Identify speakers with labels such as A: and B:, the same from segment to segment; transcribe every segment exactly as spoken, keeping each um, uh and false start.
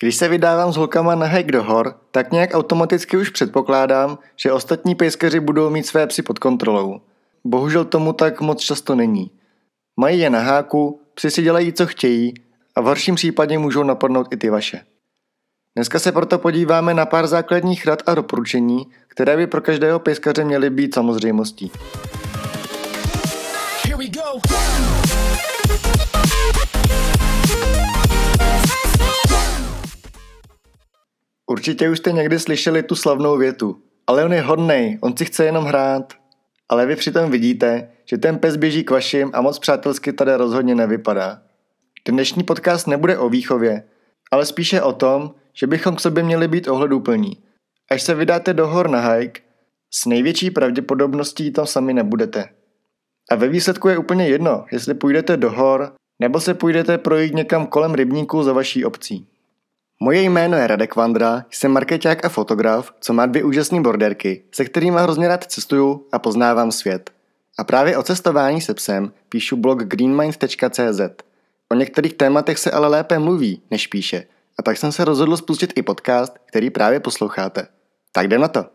A: Když se vydávám s holkama na hike do hor, tak nějak automaticky už předpokládám, že ostatní pejskaři budou mít své psy pod kontrolou. Bohužel tomu tak moc často není. Mají je na háku, psi si dělají, co chtějí a v horším případě můžou napadnout i ty vaše. Dneska se proto podíváme na pár základních rad a doporučení, které by pro každého pejskaře měly být samozřejmostí. Here we go. Určitě už jste někdy slyšeli tu slavnou větu. Ale on je hodnej, on si chce jenom hrát. Ale vy přitom vidíte, že ten pes běží k vašim a moc přátelsky tady rozhodně nevypadá. Dnešní podcast nebude o výchově, ale spíše o tom, že bychom k sobě měli být ohleduplní. Až se vydáte do hor na hike, s největší pravděpodobností tam sami nebudete. A ve výsledku je úplně jedno, jestli půjdete do hor, nebo se půjdete projít někam kolem rybníku za vaší obcí. Moje jméno je Radek Vandra, jsem markeťák a fotograf, co má dvě úžasné borderky, se kterými hrozně rád cestuju a poznávám svět. A právě o cestování se psem píšu blog greenmind tečka cé zet. O některých tématech se ale lépe mluví, než píše. A tak jsem se rozhodl spustit i podcast, který právě posloucháte. Tak jdem na to.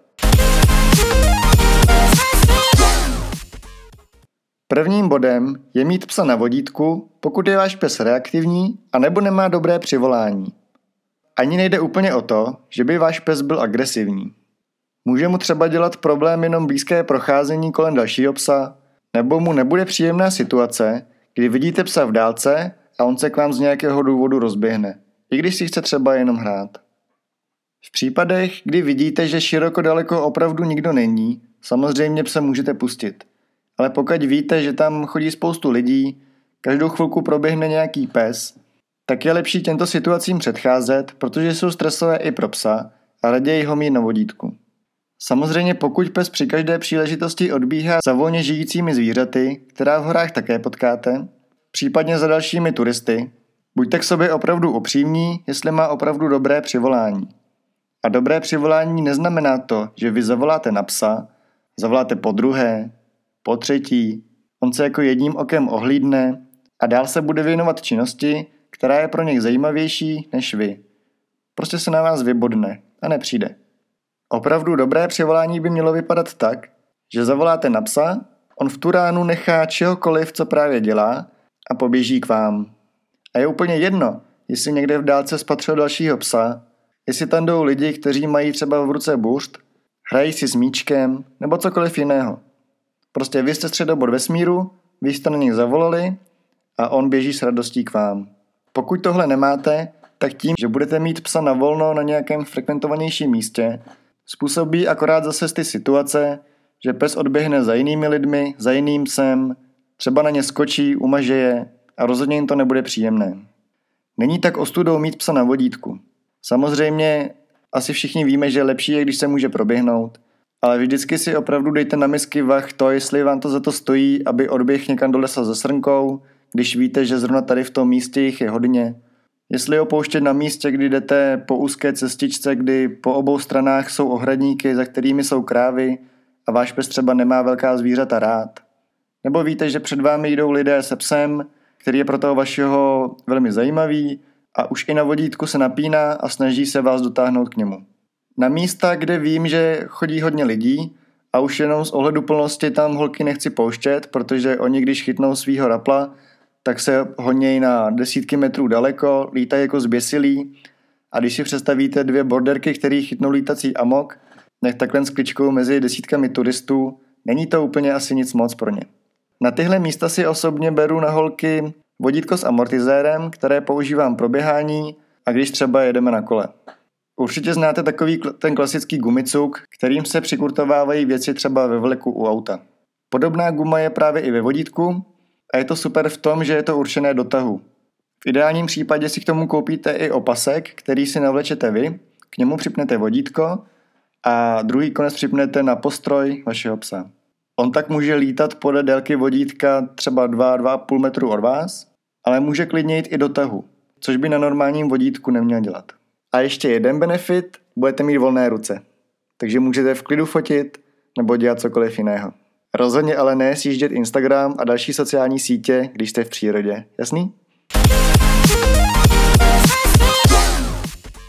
A: Prvním bodem je mít psa na vodítku, pokud je váš pes reaktivní a nebo nemá dobré přivolání. Ani nejde úplně o to, že by váš pes byl agresivní. Může mu třeba dělat problém jenom blízké procházení kolem dalšího psa, nebo mu nebude příjemná situace, kdy vidíte psa v dálce a on se k vám z nějakého důvodu rozběhne, i když si chce třeba jenom hrát. V případech, kdy vidíte, že široko daleko opravdu nikdo není, samozřejmě psa můžete pustit. Ale pokud víte, že tam chodí spoustu lidí, každou chvilku proběhne nějaký pes, tak je lepší těmto situacím předcházet, protože jsou stresové i pro psa a raději ho mít na vodítku. Samozřejmě pokud pes při každé příležitosti odbíhá za volně žijícími zvířaty, která v horách také potkáte, případně za dalšími turisty, buďte k sobě opravdu upřímní, jestli má opravdu dobré přivolání. A dobré přivolání neznamená to, že vy zavoláte na psa, zavoláte po druhé, po třetí, on se jako jedním okem ohlídne a dál se bude věnovat činnosti, která je pro něj zajímavější než vy. Prostě se na vás vybodne a nepřijde. Opravdu dobré přivolání by mělo vypadat tak, že zavoláte na psa, on v tu ránu nechá čehokoliv, co právě dělá a poběží k vám. A je úplně jedno, jestli někde v dálce spatřil dalšího psa, jestli tam jdou lidi, kteří mají třeba v ruce buřt, hrají si s míčkem nebo cokoliv jiného. Prostě vy jste středobod vesmíru, vy jste na něj zavolali a on běží s radostí k vám. Pokud tohle nemáte, tak tím, že budete mít psa na volno na nějakém frekventovanějším místě, způsobí akorát zase ty situace, že pes odběhne za jinými lidmi, za jiným psem, třeba na ně skočí, umaže je a rozhodně jim to nebude příjemné. Není tak ostudou mít psa na vodítku. Samozřejmě asi všichni víme, že lepší je, když se může proběhnout, ale vždycky si opravdu dejte na misky vah to, jestli vám to za to stojí, aby odběh někam do lesa za srnkou, když víte, že zrovna tady v tom místě jich je hodně. Jestli ho pouštět na místě, kdy jdete po úzké cestičce, kdy po obou stranách jsou ohradníky, za kterými jsou krávy a váš pes třeba nemá velká zvířata rád. Nebo víte, že před vámi jdou lidé se psem, který je pro toho vašeho velmi zajímavý a už i na vodítku se napíná a snaží se vás dotáhnout k němu. Na místa, kde vím, že chodí hodně lidí a už jenom z ohleduplnosti tam holky nechci pouštět, protože oni, když chytnou svýho rapla, tak se honějí na desítky metrů daleko, lítají jako zběsilí a když si představíte dvě borderky, které chytnou lítací amok, tak takhle s kličkou mezi desítkami turistů, není to úplně asi nic moc pro ně. Na tyhle místa si osobně beru na holky vodítko s amortizérem, které používám pro běhání a když třeba jedeme na kole. Určitě znáte takový ten klasický gumicuk, kterým se přikurtovávají věci třeba ve vleku u auta. Podobná guma je právě i ve vodítku a je to super v tom, že je to určené do tahu. V ideálním případě si k tomu koupíte i opasek, který si navlečete vy, k němu připnete vodítko a druhý konec připnete na postroj vašeho psa. On tak může lítat podle délky vodítka třeba dva až dva a půl metru od vás, ale může klidně jít i do tahu, což by na normálním vodítku neměl dělat. A ještě jeden benefit, budete mít volné ruce. Takže můžete v klidu fotit nebo dělat cokoliv jiného. Rozhodně ale ne sjíždět Instagram a další sociální sítě, když jste v přírodě. Jasný?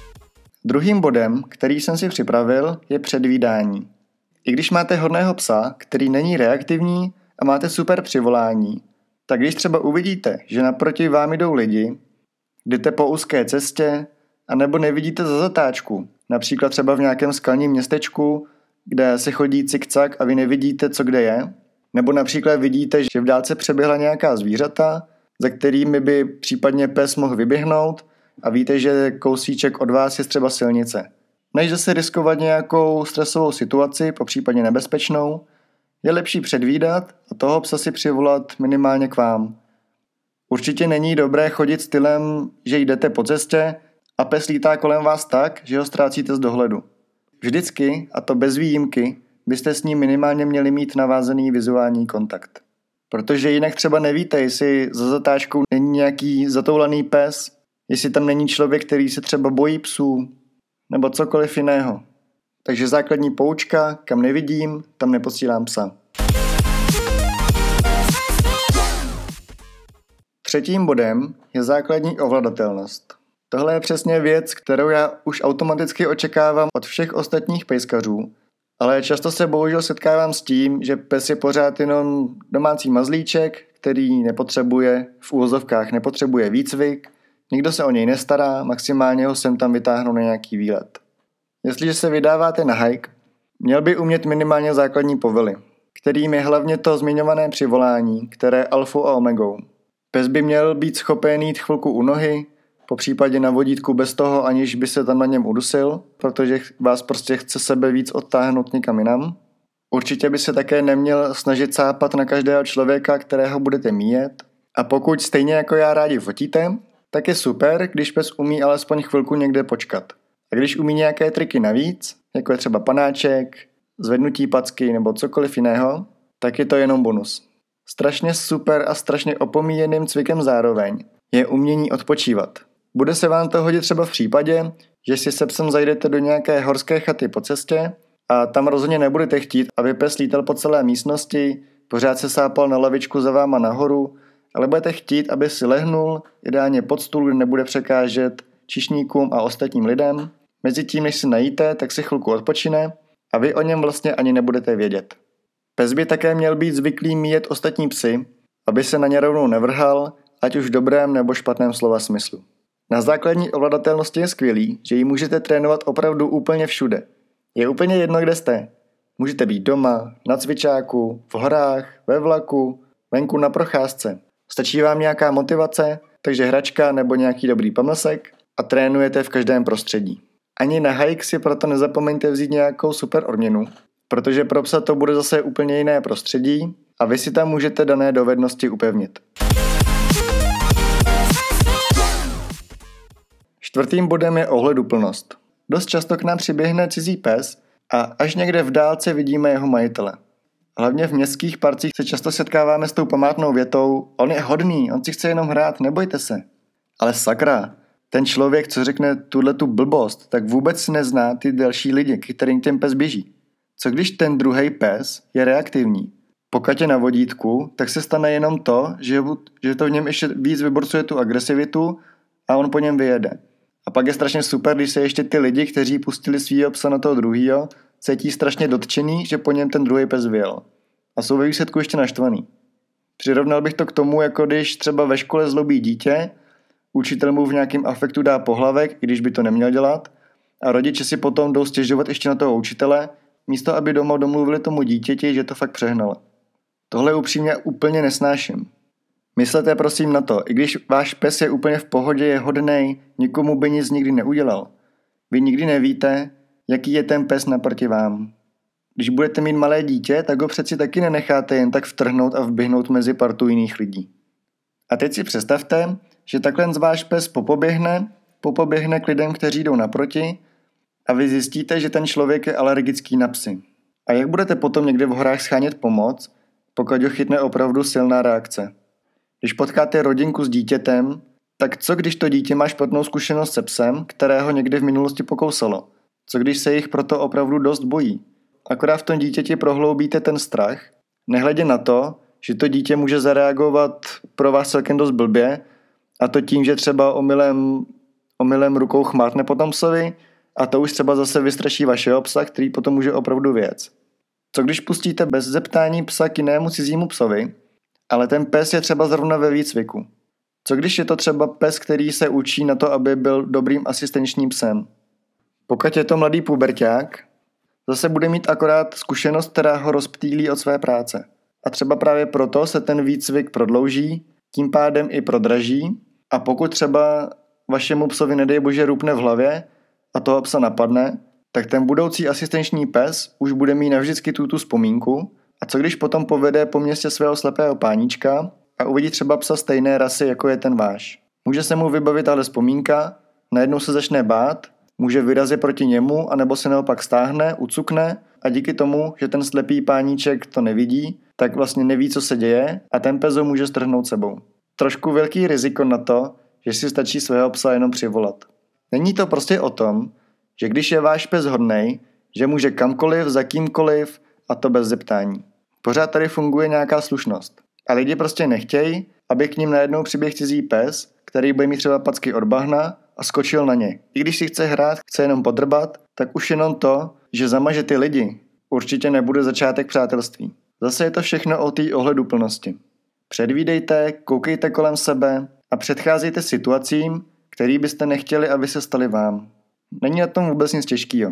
A: Druhým bodem, který jsem si připravil, je předvídání. I když máte hodného psa, který není reaktivní a máte super přivolání, tak když třeba uvidíte, že naproti vám jdou lidi, jdete po úzké cestě, anebo nevidíte za zatáčku, například třeba v nějakém skalním městečku, kde se chodí cikcak a vy nevidíte, co kde je, nebo například vidíte, že v dálce přeběhla nějaká zvířata, za kterými by případně pes mohl vyběhnout a víte, že kousíček od vás je třeba silnice. Než zase riskovat nějakou stresovou situaci, popřípadně nebezpečnou, je lepší předvídat a toho psa si přivolat minimálně k vám. Určitě není dobré chodit stylem, že jdete po cestě a pes lítá kolem vás tak, že ho ztrácíte z dohledu. Vždycky, a to bez výjimky, byste s ním minimálně měli mít navázaný vizuální kontakt. Protože jinak třeba nevíte, jestli za zatáčkou není nějaký zatoulaný pes, jestli tam není člověk, který se třeba bojí psů, nebo cokoliv jiného. Takže základní poučka, kam nevidím, tam neposílám psa. Třetím bodem je základní ovladatelnost. Tohle je přesně věc, kterou já už automaticky očekávám od všech ostatních pejskařů, ale často se bohužel setkávám s tím, že pes je pořád jenom domácí mazlíček, který nepotřebuje, v úvozovkách nepotřebuje výcvik, nikdo se o něj nestará, maximálně ho sem tam vytáhnou na nějaký výlet. Jestliže se vydáváte na hike, měl by umět minimálně základní povely, kterým je hlavně to zmiňované přivolání, které je alfou a omegou. Pes by měl být schopen jít chvilku u nohy, po případě na vodítku bez toho, aniž by se tam na něm udusil, protože vás prostě chce sebe víc odtáhnout někam jinam. Určitě by se také neměl snažit sápat na každého člověka, kterého budete míjet. A pokud stejně jako já rádi fotíte, tak je super, když pes umí alespoň chvilku někde počkat. A když umí nějaké triky navíc, jako je třeba panáček, zvednutí packy nebo cokoliv jiného, tak je to jenom bonus. Strašně super a strašně opomíjeným cvikem zároveň je umění odpočívat. Bude se vám to hodit třeba v případě, že si se psem zajdete do nějaké horské chaty po cestě a tam rozhodně nebudete chtít, aby pes lítal po celé místnosti, pořád se sápal na lavičku za váma nahoru, ale budete chtít, aby si lehnul, ideálně pod stůl, kde nebude překážet čišníkům a ostatním lidem. Mezitím, než si najíte, tak si chvilku odpočine a vy o něm vlastně ani nebudete vědět. Pes by také měl být zvyklý míjet ostatní psy, aby se na ně rovnou nevrhal, ať už v dobrém nebo špatném slova smyslu. Na základní ovladatelnosti je skvělý, že ji můžete trénovat opravdu úplně všude. Je úplně jedno, kde jste. Můžete být doma, na cvičáku, v horách, ve vlaku, venku na procházce. Stačí vám nějaká motivace, takže hračka nebo nějaký dobrý pamlsek a trénujete v každém prostředí. Ani na hike si proto nezapomeňte vzít nějakou super odměnu, protože pro psa to bude zase úplně jiné prostředí a vy si tam můžete dané dovednosti upevnit. Čtvrtým bodem je ohleduplnost. Dost často k nám přiběhne cizí pes a až někde v dálce vidíme jeho majitele. Hlavně v městských parcích se často setkáváme s tou památnou větou: on je hodný, on si chce jenom hrát, nebojte se. Ale sakra, ten člověk, co řekne tuhletu blbost, tak vůbec nezná ty další lidi, kterým ten pes běží. Co když ten druhý pes je reaktivní? Pokud je na vodítku, tak se stane jenom to, že, že to v něm ještě víc vyborcuje tu agresivitu a on po něm vyjede. A pak je strašně super, když se ještě ty lidi, kteří pustili svýho psa na toho druhýho, cítí strašně dotčený, že po něm ten druhý pes vyjel. A jsou ve výsledku ještě naštvaný. Přirovnal bych to k tomu, jako když třeba ve škole zlobí dítě, učitel mu v nějakém afektu dá pohlavek, i když by to neměl dělat, a rodiče si potom jdou stěžovat ještě na toho učitele, místo aby doma domluvili tomu dítěti, že to fakt přehnalo. Tohle upřímně úplně nesnáším. Myslete prosím na to, i když váš pes je úplně v pohodě, je hodnej, nikomu by nic nikdy neudělal. Vy nikdy nevíte, jaký je ten pes naproti vám. Když budete mít malé dítě, tak ho přeci taky nenecháte jen tak vtrhnout a vběhnout mezi partu jiných lidí. A teď si představte, že takhle váš pes popoběhne, popoběhne k lidem, kteří jdou naproti a vy zjistíte, že ten člověk je alergický na psy. A jak budete potom někde v horách schánět pomoc, pokud ho chytne opravdu silná reakce? Když potkáte rodinku s dítětem, tak co když to dítě má špatnou zkušenost se psem, kterého někdy v minulosti pokousalo? Co když se jich proto opravdu dost bojí? Akorát v tom dítěti prohloubíte ten strach, nehledě na to, že to dítě může zareagovat pro vás celkem dost blbě, a to tím, že třeba omylem, omylem rukou chmátne po tom psovi, A to už třeba zase vystraší vašeho psa, který potom může opravdu věc. Co když pustíte bez zeptání psa k jinému cizímu psovi, ale ten pes je třeba zrovna ve výcviku? Co když je to třeba pes, který se učí na to, aby byl dobrým asistenčním psem? Pokud je to mladý puberťák, zase bude mít akorát zkušenost, která ho rozptýlí od své práce. A třeba právě proto se ten výcvik prodlouží, tím pádem i prodraží, a pokud třeba vašemu psovi nedej bože rupne v hlavě a toho psa napadne, tak ten budoucí asistenční pes už bude mít navždycky tu tu vzpomínku. A co když potom povede po městě svého slepého páníčka a uvidí třeba psa stejné rasy, jako je ten váš? Může se mu vybavit tahle vzpomínka, najednou se začne bát, může vyrazit proti němu, anebo se naopak stáhne, ucukne a díky tomu, že ten slepý páníček to nevidí, tak vlastně neví, co se děje a ten pes ho může strhnout sebou. Trošku velký riziko na to, že si stačí svého psa jenom přivolat. Není to prostě o tom, že když je váš pes hodnej, že může kamkoliv, za kýmkoliv a to bez zeptání. Pořád tady funguje nějaká slušnost. A lidi prostě nechtějí, aby k ním najednou přiběh cizí pes, který bude mít třeba packy od bahna a skočil na ně. I když si chce hrát, chce jenom podrbat, tak už jenom to, že zamaže ty lidi, určitě nebude začátek přátelství. Zase je to všechno o té ohleduplnosti. Předvídejte, koukejte kolem sebe a předcházejte situacím, který byste nechtěli, aby se staly vám. Není na tom vůbec nic těžkýho.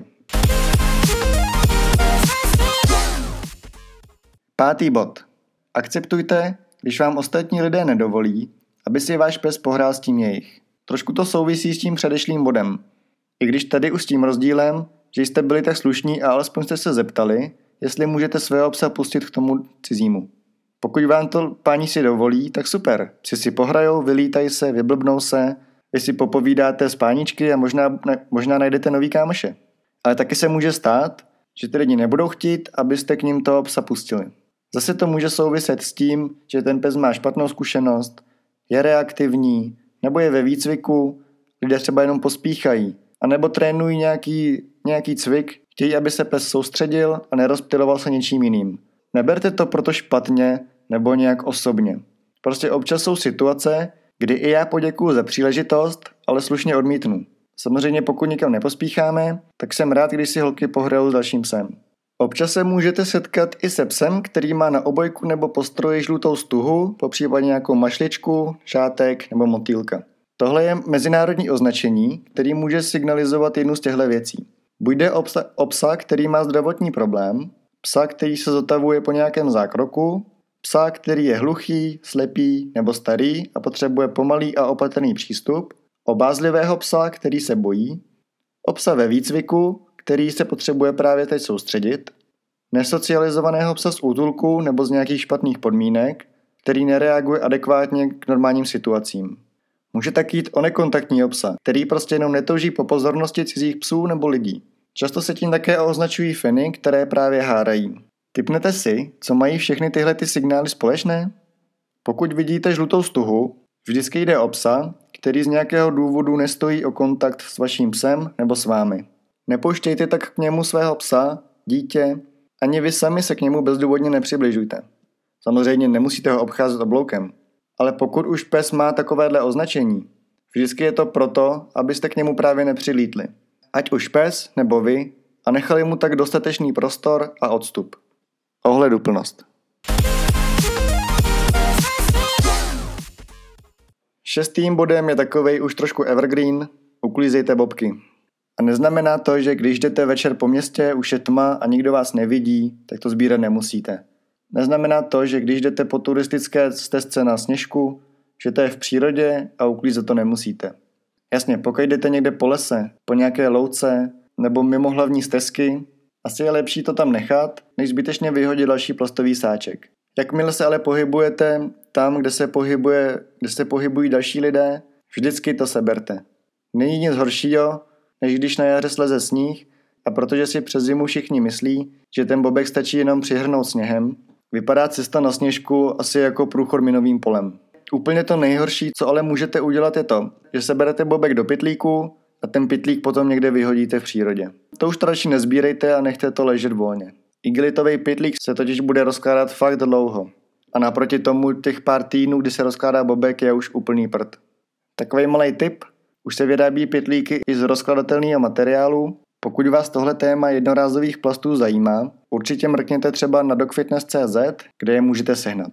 A: Pátý bod. Akceptujte, když vám ostatní lidé nedovolí, aby si váš pes pohrál s tím jejich. Trošku to souvisí s tím předešlým bodem. I když tady už s tím rozdílem, že jste byli tak slušní a alespoň jste se zeptali, jestli můžete svého psa pustit k tomu cizímu. Pokud vám to páni si dovolí, tak super. Psi si pohrajou, vylítají se, vyblbnou se, vy si popovídáte z páničky a možná, ne, možná najdete nový kámoše. Ale taky se může stát, že ty lidi nebudou chtít, abyste k ním toho psa pustili. Zase to může souviset s tím, že ten pes má špatnou zkušenost, je reaktivní, nebo je ve výcviku, lidé třeba jenom pospíchají, anebo trénují nějaký, nějaký cvik, chtějí, aby se pes soustředil a nerozptyloval se něčím jiným. Neberte to proto špatně nebo nějak osobně. Prostě občas jsou situace, kdy i já poděkuju za příležitost, ale slušně odmítnu. Samozřejmě pokud nikam nepospícháme, tak jsem rád, když si holky pohrajou s dalším psem. Občas se můžete setkat i se psem, který má na obojku nebo postroji žlutou stuhu, popřípadě nějakou mašličku, šátek nebo motýlka. Tohle je mezinárodní označení, který může signalizovat jednu z těchto věcí. Buď jde o psa, o psa, který má zdravotní problém, psa, který se zotavuje po nějakém zákroku, psa, který je hluchý, slepý nebo starý a potřebuje pomalý a opatrný přístup, obázlivého psa, který se bojí, o psa ve výcviku, který se potřebuje právě teď soustředit, nesocializovaného psa z útulku nebo z nějakých špatných podmínek, který nereaguje adekvátně k normálním situacím. Může taky jít o nekontaktního psa, který prostě jenom netouží po pozornosti cizích psů nebo lidí. Často se tím také označují feny, které právě hárají. Tipnete si, co mají všechny tyhle ty signály společné? Pokud vidíte žlutou stuhu, vždycky jde o psa, který z nějakého důvodu nestojí o kontakt s vaším psem nebo s vámi. Nepouštějte tak k němu svého psa, dítě, ani vy sami se k němu bezdůvodně nepřibližujte. Samozřejmě nemusíte ho obcházet obloukem, ale pokud už pes má takovéhle označení, vždycky je to proto, abyste k němu právě nepřilítli. Ať už pes nebo vy a nechali mu tak dostatečný prostor a odstup. Ohleduplnost. Šestým bodem je takovej už trošku evergreen, uklízejte bobky. A neznamená to, že když jdete večer po městě, už je tma a nikdo vás nevidí, tak to sbírat nemusíte. Neznamená to, že když jdete po turistické stezce na Sněžku, že to je v přírodě a uklízet to nemusíte. Jasně, pokud jdete někde po lese, po nějaké louce nebo mimo hlavní stezky, asi je lepší to tam nechat, než zbytečně vyhodit další plastový sáček. Jakmile se ale pohybujete tam, kde se, pohybuje, kde se pohybují další lidé, vždycky to seberte. Není nic horšího, než když na jaře sleze sníh a protože si přes zimu všichni myslí, že ten bobek stačí jenom přihrnout sněhem, vypadá cesta na Sněžku asi jako průchod minovým polem. Úplně to nejhorší, co ale můžete udělat, je to, že seberete bobek do pytlíku a ten pytlík potom někde vyhodíte v přírodě. To už radši nezbírejte a nechte to ležet volně. Igelitový pytlík se totiž bude rozkládat fakt dlouho. A naproti tomu těch pár týdnů, kdy se rozkládá bobek, je už úplný prd. Takový malý tip. Už se vyrábí pytlíky i z rozkladatelného materiálu. Pokud vás tohle téma jednorázových plastů zajímá, určitě mrkněte třeba na docfitness tečka cé zet, kde je můžete sehnat.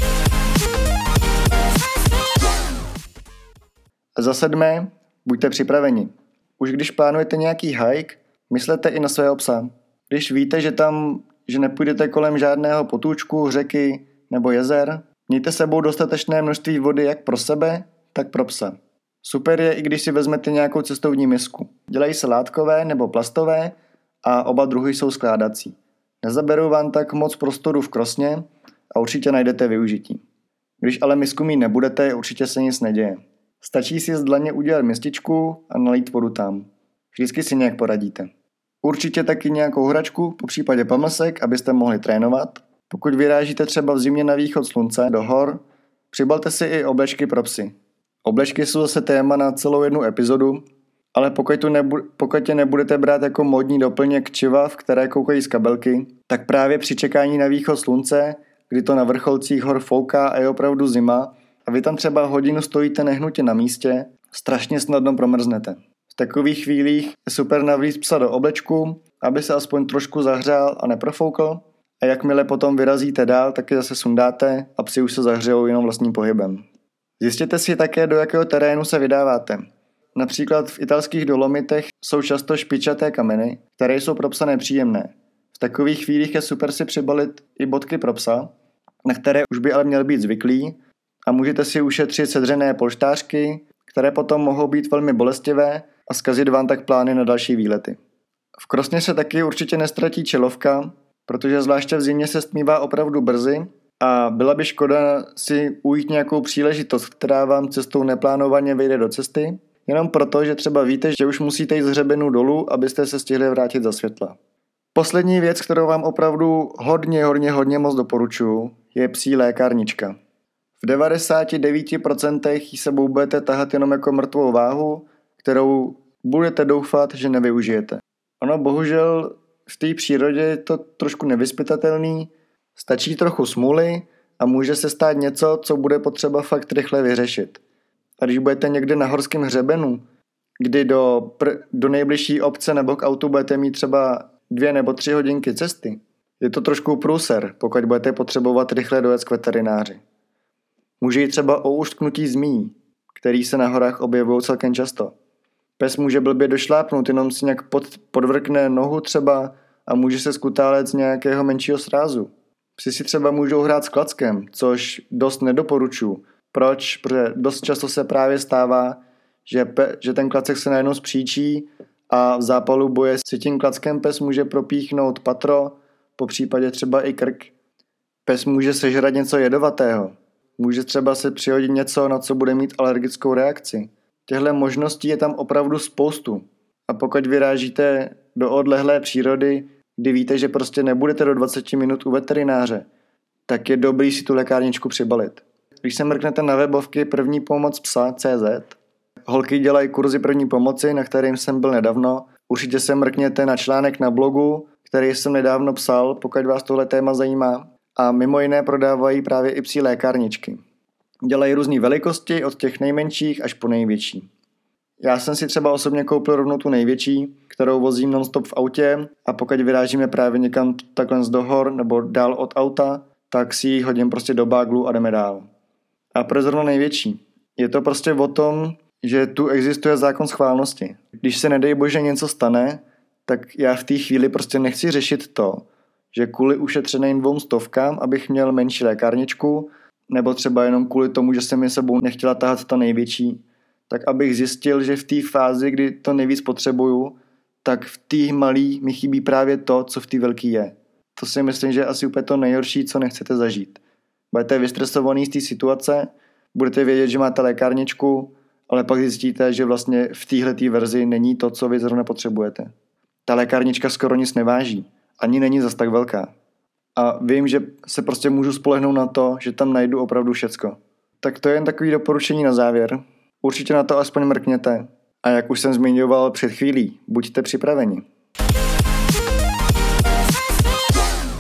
A: Za sedmé, buďte připraveni. Už když plánujete nějaký hike, myslete i na svého psa. Když víte, že tam, že nepůjdete kolem žádného potůčku, řeky nebo jezer, mějte sebou dostatečné množství vody jak pro sebe, tak pro psa. Super je, i když si vezmete nějakou cestovní misku. Dělají se látkové nebo plastové a oba druhy jsou skládací. Nezaberou vám tak moc prostoru v krosně a určitě najdete využití. Když ale misku mít nebudete, určitě se nic neděje. Stačí si z dlaně udělat mističku a nalít vodu tam. Vždycky si nějak poradíte. Určitě taky nějakou hračku, popřípadě pamlsek, abyste mohli trénovat. Pokud vyrážíte třeba v zimě na východ slunce do hor, přibalte si i oblečky pro psy. Oblečky jsou zase téma na celou jednu epizodu, ale pokud, tu nebu- pokud je nebudete brát jako módní doplněk čivav, které koukají z kabelky, tak právě při čekání na východ slunce, kdy to na vrcholcích hor fouká a je opravdu zima, a vy tam třeba hodinu stojíte nehnutě na místě, strašně snadno promrznete. V takových chvílích je super navlíct psa do oblečku, aby se aspoň trošku zahřál a neprofoukl, a jakmile potom vyrazíte dál, tak je zase sundáte a psi už se zahřejou jenom vlastním pohybem. Zjistěte si také, do jakého terénu se vydáváte. Například v italských Dolomitech jsou často špičaté kameny, které jsou pro psa nepříjemné. V takových chvílích je super si přibalit i bodky pro psa, na které už by ale měl být zvyklý, a můžete si ušetřit sedřené polštářky, které potom mohou být velmi bolestivé a zkazit vám tak plány na další výlety. V krosně se taky určitě nestratí čelovka, protože zvláště v zimě se stmívá opravdu brzy a byla by škoda si ujít nějakou příležitost, která vám cestou neplánovaně vyjde do cesty, jenom proto, že třeba víte, že už musíte jít z hřebenu dolů, abyste se stihli vrátit za světla. Poslední věc, kterou vám opravdu hodně, hodně, hodně moc doporučuji, je psí lékárnička. V devadesát devět procent ji sebou budete tahat jenom jako mrtvou váhu, kterou budete doufat, že nevyužijete. Ono bohužel v té přírodě je to trošku nevyzpytatelný, stačí trochu smůly a může se stát něco, co bude potřeba fakt rychle vyřešit. A když budete někde na horském hřebenu, kdy do, pr- do nejbližší obce nebo k autu budete mít třeba dvě nebo tři hodinky cesty, je to trošku průser, pokud budete potřebovat rychle dojet k veterináři. Může jít třeba o uštknutí zmí, který se na horách objevují celkem často. Pes může blbě došlápnout, jenom si nějak pod, podvrkne nohu třeba a může se skutálet z nějakého menšího srázu. Psi si třeba můžou hrát s klackem, což dost nedoporučuji. Proč? Protože dost často se právě stává, že, pe, že ten klacek se najednou spříčí a v zápalu boje si tím klackem pes může propíchnout patro, po případě třeba i krk. Pes může sežrat něco jedovatého. Může třeba se přihodit něco, na co bude mít alergickou reakci. Těchto možností je tam opravdu spoustu. A pokud vyrážíte do odlehlé přírody, kdy víte, že prostě nebudete do dvacet minut u veterináře, tak je dobrý si tu lékárničku přibalit. Když se mrknete na webovky první pomoc psa tečka cé zet, holky dělají kurzy první pomoci, na kterým jsem byl nedávno. Určitě se mrkněte na článek na blogu, který jsem nedávno psal, pokud vás tohle téma zajímá. A mimo jiné prodávají právě i psí lékárničky. Dělají různé velikosti, od těch nejmenších až po největší. Já jsem si třeba osobně koupil rovnou tu největší, kterou vozím non-stop v autě, a pokud vyrážíme právě někam takhle do hor nebo dál od auta, tak si ji hodím prostě do báglu a jdeme dál. A proč zrovna největší? Je to prostě o tom, že tu existuje zákon schválnosti. Když se nedej bože něco stane, tak já v té chvíli prostě nechci řešit to, že kvůli ušetřeným dvou stovkám, abych měl menší lékárničku, nebo třeba jenom kvůli tomu, že jsem mi sebou nechtěla tahat ta největší, tak abych zjistil, že v té fázi, kdy to nejvíc potřebuju, tak v té malý mi chybí právě to, co v té velký je. To si myslím, že je asi úplně to nejhorší, co nechcete zažít. Budete vystresovaný z té situace, budete vědět, že máte lékárničku, ale pak zjistíte, že vlastně v téhletý verzi není to, co vy zrovna potřebujete. Ta lékárnička skoro nic neváží. Ani není zas tak velká. A vím, že se prostě můžu spolehnout na to, že tam najdu opravdu všecko. Tak to je jen takový doporučení na závěr. Určitě na to aspoň mrkněte. A jak už jsem zmiňoval před chvílí, buďte připraveni.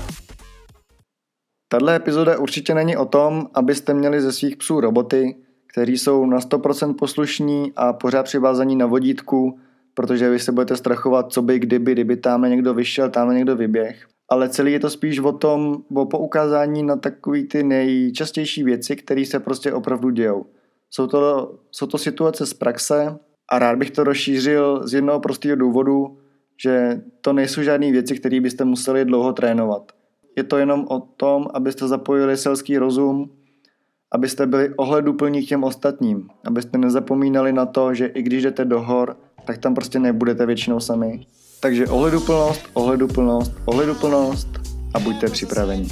A: Tahle epizoda určitě není o tom, abyste měli ze svých psů roboty, kteří jsou na sto procent poslušní a pořád přivázaní na vodítku, protože vy se budete strachovat, co by kdyby, kdyby tamhle někdo vyšel, tamhle někdo vyběh. Ale celý je to spíš o tom, o poukázání na takový ty nejčastější věci, které se prostě opravdu dějou. Jsou to, jsou to situace z praxe a rád bych to rozšířil z jednoho prostého důvodu, že to nejsou žádné věci, které byste museli dlouho trénovat. Je to jenom o tom, abyste zapojili selský rozum, abyste byli ohleduplní k těm ostatním, abyste nezapomínali na to, že i když jdete do hor, tak tam prostě nebudete většinou sami. Takže ohleduplnost, ohleduplnost, ohleduplnost a buďte připraveni.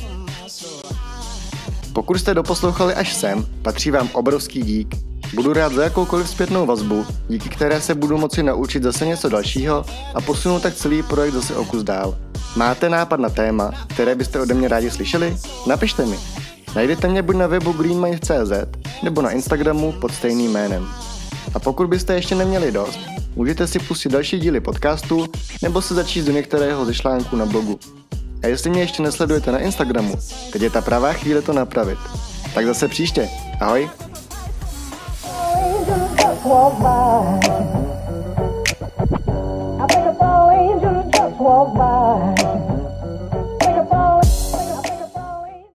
A: Pokud jste doposlouchali až sem, patří vám obrovský dík. Budu rád za jakoukoliv zpětnou vazbu, díky které se budu moci naučit zase něco dalšího a posunout tak celý projekt zase o kus dál. Máte nápad na téma, které byste ode mě rádi slyšeli? Napište mi. Najdete mě buď na webu greenmind tečka cé zet nebo na Instagramu pod stejným jménem. A pokud byste ještě neměli dost, můžete si pustit další díly podcastu nebo se začít do některého ze článků na blogu. A jestli mě ještě nesledujete na Instagramu, teď je ta pravá chvíle to napravit. Tak zase příště. Ahoj!